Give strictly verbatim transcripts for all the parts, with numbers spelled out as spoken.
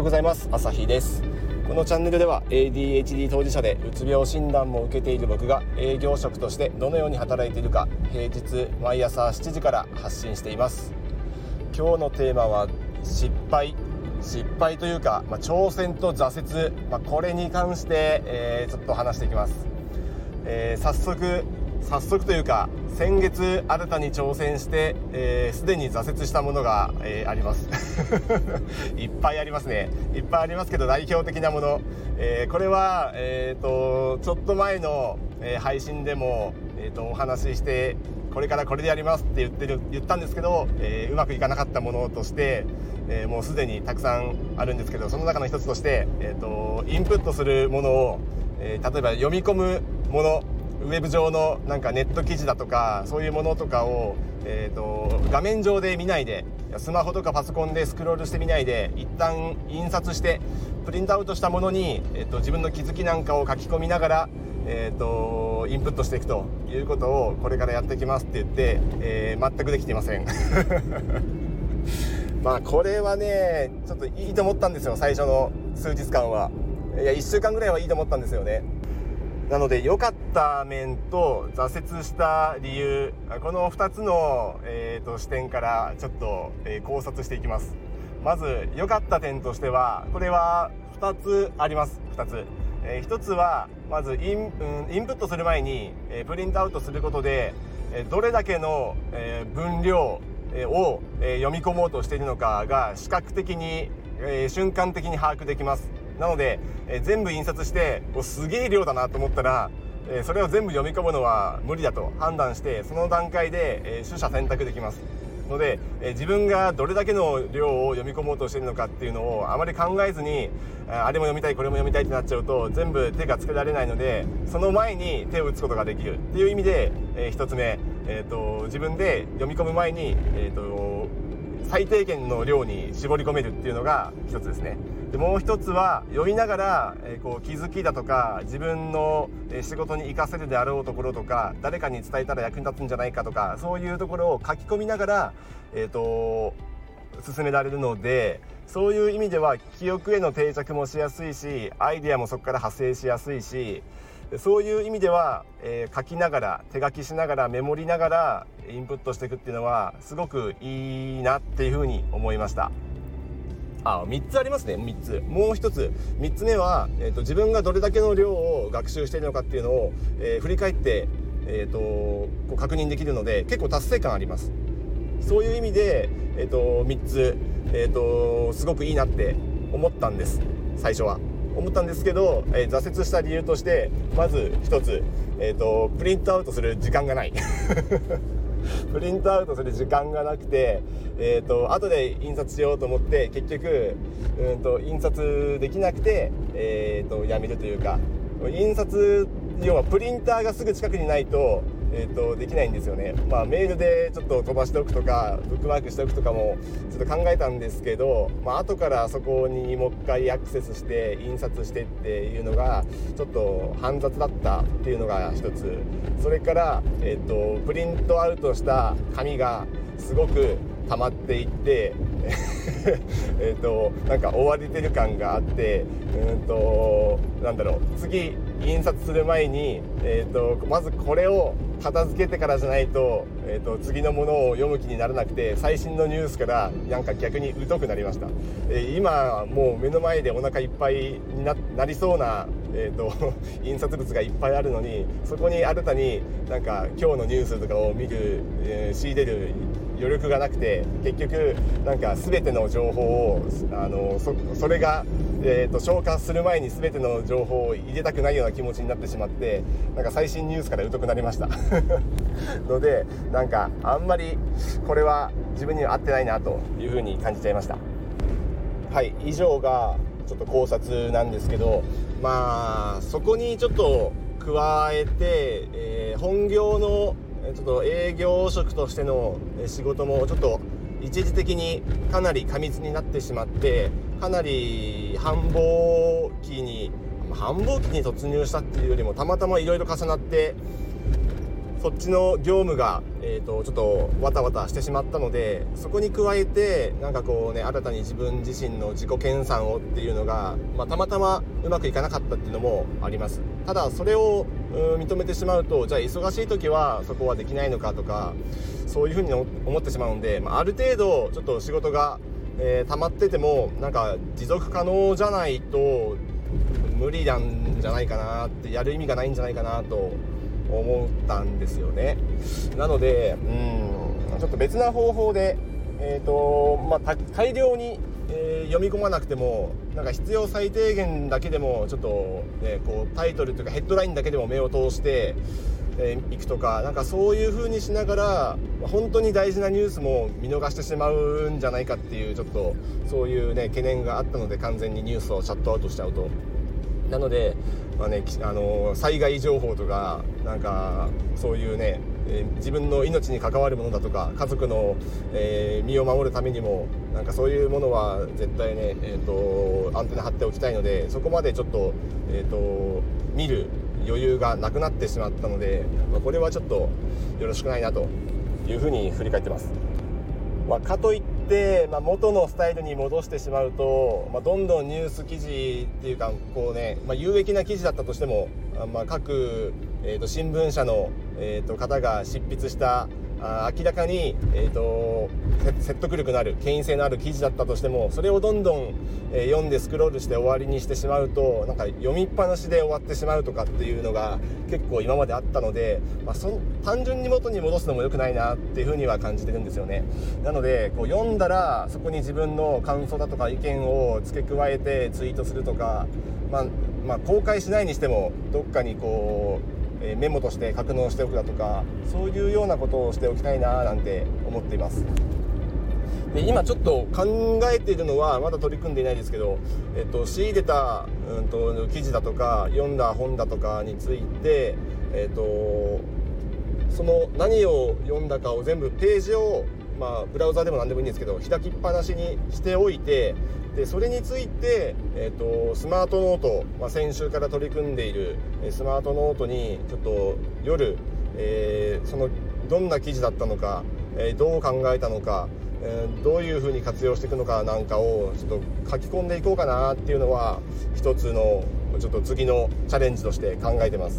ございます。朝日です。このチャンネルでは エーディーエイチディー 当事者でうつ病診断も受けている僕が営業職としてどのように働いているか、平日毎朝しちじから発信しています。今日のテーマは失敗失敗というか、まあ、挑戦と挫折、まあ、これに関して、えー、ちょっと話していきます。えー、早速早速というか先月新たに挑戦してすで、えー、に挫折したものが、えー、ありますいっぱいありますねいっぱいありますけど、代表的なもの、えー、これは、えー、とちょっと前の、えー、配信でも、えー、とお話しして、これからこれでやりますって言ってる言ったんですけど、えー、うまくいかなかったものとして、えー、もうすでにたくさんあるんですけど、その中の一つとして、えー、とインプットするものを、えー、例えば読み込むもの、ウェブ上のなんかネット記事だとかそういうものとかを、えー、と画面上で見ないで、スマホとかパソコンでスクロールしてみないで、一旦印刷してプリントアウトしたものに、えー、と自分の気づきなんかを書き込みながら、えー、とインプットしていくということをこれからやっていきますって言って、えー、全くできていませんまあこれはねちょっといいと思ったんですよ。最初の数日間は、いやいっしゅうかんぐらいはいいと思ったんですよね。なので良かった面と挫折した理由、このふたつの、えー、と視点からちょっと、えー、考察していきます。まず良かった点としては、これはふたつあります。ふたつ、えー、ひとつはまずイン、うん、インプットする前に、えー、プリントアウトすることで、えー、どれだけの、えー、分量、えー、を、えー、読み込もうとしているのかが視覚的に、えー、瞬間的に把握できます。なので、えー、全部印刷しておすげえ量だなと思ったら、えー、それを全部読み込むのは無理だと判断して、その段階で、えー、取捨選択できますので、えー、自分がどれだけの量を読み込もうとしているのかっていうのをあまり考えずに、あれも読みたいこれも読みたいってなっちゃうと全部手がつけられないので、その前に手を打つことができるっていう意味で、えー、ひとつめ、えー、と自分で読み込む前に、えー、と最低限の量に絞り込めるっていうのが一つですね。でもう一つは読みながら、えー、こう気づきだとか自分の、えー、仕事に活かせるであろうところとか、誰かに伝えたら役に立つんじゃないかとか、そういうところを書き込みながら、えー、と進められるので、そういう意味では記憶への定着もしやすいし、アイデアもそこから派生しやすいし、そういう意味では、えー、書きながら手書きしながらメモりながらインプットしていくっていうのはすごくいいなっていうふうに思いました。あ、みっつありますね。みっつ。もう一つ、みっつめは、えー、と自分がどれだけの量を学習しているのかっていうのを、えー、振り返って、えー、とこう確認できるので結構達成感あります。そういう意味で、えー、とみっつ、えー、とすごくいいなって思ったんです。最初は思ったんですけど、えー、挫折した理由として、まず一つ、えー、とプリントアウトする時間がないプリントアウトする時間がなくて、えー、と後で印刷しようと思って結局うんと印刷できなくて、えー、とやめるというか、印刷要はプリンターがすぐ近くにないと、えー、とできないんですよね。まあ、メールでちょっと飛ばしておくとかブックマークしておくとかもちょっと考えたんですけど、まあ後からそこにもう一回アクセスして印刷してっていうのがちょっと煩雑だったっていうのが一つ。それから、えー、とプリントアウトした紙がすごく溜まっていってえとなんか追われてる感があって、うんとなんだろう次印刷する前に、えー、とまずこれを片付けてからじゃないと、えー、と次のものを読む気にならなくて、最新のニュースからなんか逆に疎くなりました。えー、今もう目の前でお腹いっぱいに な, なりそうな、えー、と印刷物がいっぱいあるのに、そこに新たになんか今日のニュースとかを見る、えー、仕入れる余力がなくて、結局なんか全ての情報をあの そ, それが、えー、と消化する前に全ての情報を入れたくないような気持ちになってしまって、なんか最新ニュースから疎くなりましたので、なんかあんまりこれは自分には合ってないなというふうに感じちゃいました。はい、以上がちょっと考察なんですけど、まあそこにちょっと加えて、えー、本業のちょっと営業職としての仕事もちょっと一時的にかなり過密になってしまって、かなり繁忙期に繁忙期に突入したっていうよりもたまたまいろいろ重なって、 こっちの業務が、えー、とちょっとわたわたしてしまったので、そこに加えてなんかこうね、新たに自分自身の自己研鑽をっていうのが、まあ、たまたまうまくいかなかったっていうのもあります。ただそれを認めてしまうと、じゃあ忙しい時はそこはできないのかとか、そういうふうに思ってしまうんで、まあ、ある程度ちょっと仕事が、えー、溜まっててもなんか持続可能じゃないと無理なんじゃないかなって、やる意味がないんじゃないかなと思ったんですよね。なのでうんちょっと別な方法で、えーとまあ、大量に、えー、読み込まなくても、なんか必要最低限だけでもちょっと、ね、こうタイトルというかヘッドラインだけでも目を通してえー、いくとか、なんかそういう風にしながら本当に大事なニュースも見逃してしまうんじゃないかっていう、ちょっとそういうね懸念があったので、完全にニュースをシャットアウトしちゃうと。なので、まあね、あのー、災害情報とか、なんかそういうね、えー、自分の命に関わるものだとか、家族の、えー、身を守るためにも、なんかそういうものは絶対ね、えーと、アンテナ張っておきたいので、そこまでちょっと、えーと、見る余裕がなくなってしまったので、まあ、これはちょっとよろしくないなというふうに振り返ってます。まあ、かといって、まあ、元のスタイルに戻してしまうと、まあ、どんどんニュース記事っていうかこうね、まあ、有益な記事だったとしても、まあ、各、えー、と新聞社の、えー、と方が執筆したあ明らかに、えー、と説得力のある権威性のある記事だったとしても、それをどんどん、えー、読んでスクロールして終わりにしてしまうと、なんか読みっぱなしで終わってしまうとかっていうのが結構今まであったので、まあ、そ単純に元に戻すのも良くないなっていうふうには感じてるんですよね。なのでこう読んだらそこに自分の感想だとか意見を付け加えてツイートするとか、まあ、まあ公開しないにしてもどっかにこうメモとして格納しておくだとか、そういうようなことをしておきたいななんて思っています。で今ちょっと考えているのは、まだ取り組んでいないですけど、えっと、仕入れた、うん、と記事だとか読んだ本だとかについて、えっと、その何を読んだかを全部ページを、まあ、ブラウザでも何でもいいんですけど開きっぱなしにしておいて、でそれについて、えー、とスマートノート、まあ、先週から取り組んでいるスマートノートにちょっと夜、えー、そのどんな記事だったのか、えー、どう考えたのか、えー、どういうふうに活用していくのかなんかをちょっと書き込んでいこうかなっていうのは一つのちょっと次のチャレンジとして考えてます。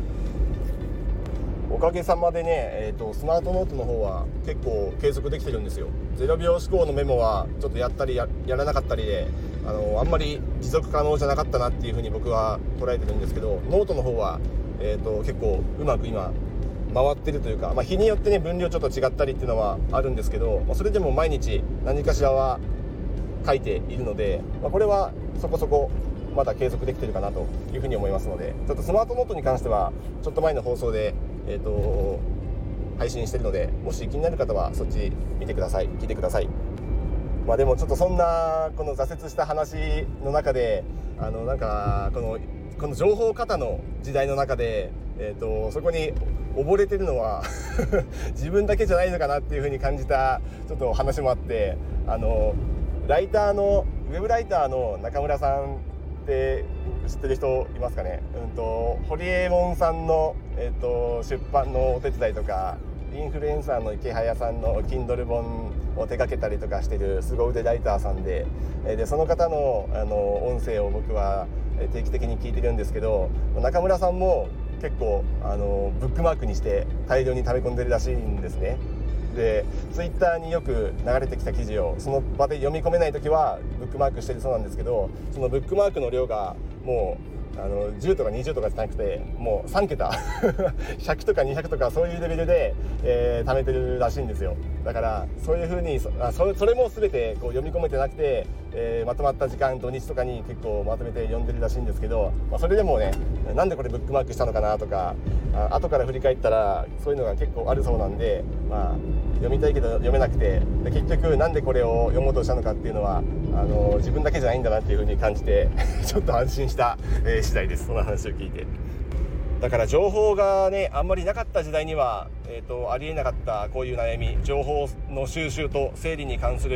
おかげさまでね、えーと、スマートノートの方は結構継続できてるんですよ。ゼロびょう思考のメモはちょっとやったり や, やらなかったりで、あのあんまり持続可能じゃなかったなっていうふうに僕は捉えてるんですけど、ノートの方は、えーと、結構うまく今回ってるというか、まあ、日によってね分量ちょっと違ったりっていうのはあるんですけど、まあ、それでも毎日何かしらは書いているので、まあ、これはそこそこまだ継続できてるかなというふうに思いますので、ちょっとスマートノートに関してはちょっと前の放送でえーと配信してるので、もし気になる方はそっち見てください、聞いてください。まあでもちょっとそんなこの挫折した話の中で、あのなんかこのこの情報過多の時代の中で、えーとそこに溺れてるのは自分だけじゃないのかなっていう風に感じたちょっと話もあって、あのライターのウェブライターの中村さんって知ってる人いますかね。うんとホリエモンさんの、えー、と出版のお手伝いとか、インフルエンサーの池早さんの Kindle 本を手掛けたりとかしてる凄腕ライターさんで、でその方の、あの音声を僕は定期的に聞いてるんですけど、中村さんも結構あのブックマークにして大量に溜め込んでるらしいんですね。でツイッターによく流れてきた記事をその場で読み込めないときはブックマークしてるそうなんですけど、そのブックマークの量がもうあのじゅうとかにじゅうとかじゃなくて、もうさんけたひゃくとかにひゃくとかそういうレベルで、えー、貯めてるらしいんですよ。だからそういう風に そ, あ そ, それも全てこう読み込めてなくて、えー、まとまった時間土日とかに結構まとめて読んでるらしいんですけど、まあ、それでもね、なんでこれブックマークしたのかなとか、あ後から振り返ったらそういうのが結構あるそうなんで、まあ読みたいけど読めなくて、で結局なんでこれを読もうとしたのかっていうのはあの自分だけじゃないんだなっていう風に感じてちょっと安心した、えー、次第です。その話を聞いて。だから情報がねあんまりなかった時代には、えーと、ありえなかったこういう悩み、情報の収集と整理に関する、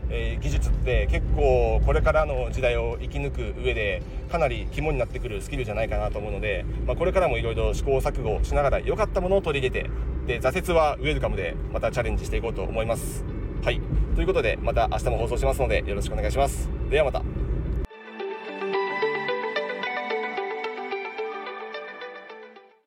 えー、技術って結構これからの時代を生き抜く上でかなり肝になってくるスキルじゃないかなと思うので、まあ、これからもいろいろ試行錯誤しながら良かったものを取り入れて、で挫折はウェルカムでまたチャレンジしていこうと思います。はい、ということでまた明日も放送しますのでよろしくお願いします。ではまた。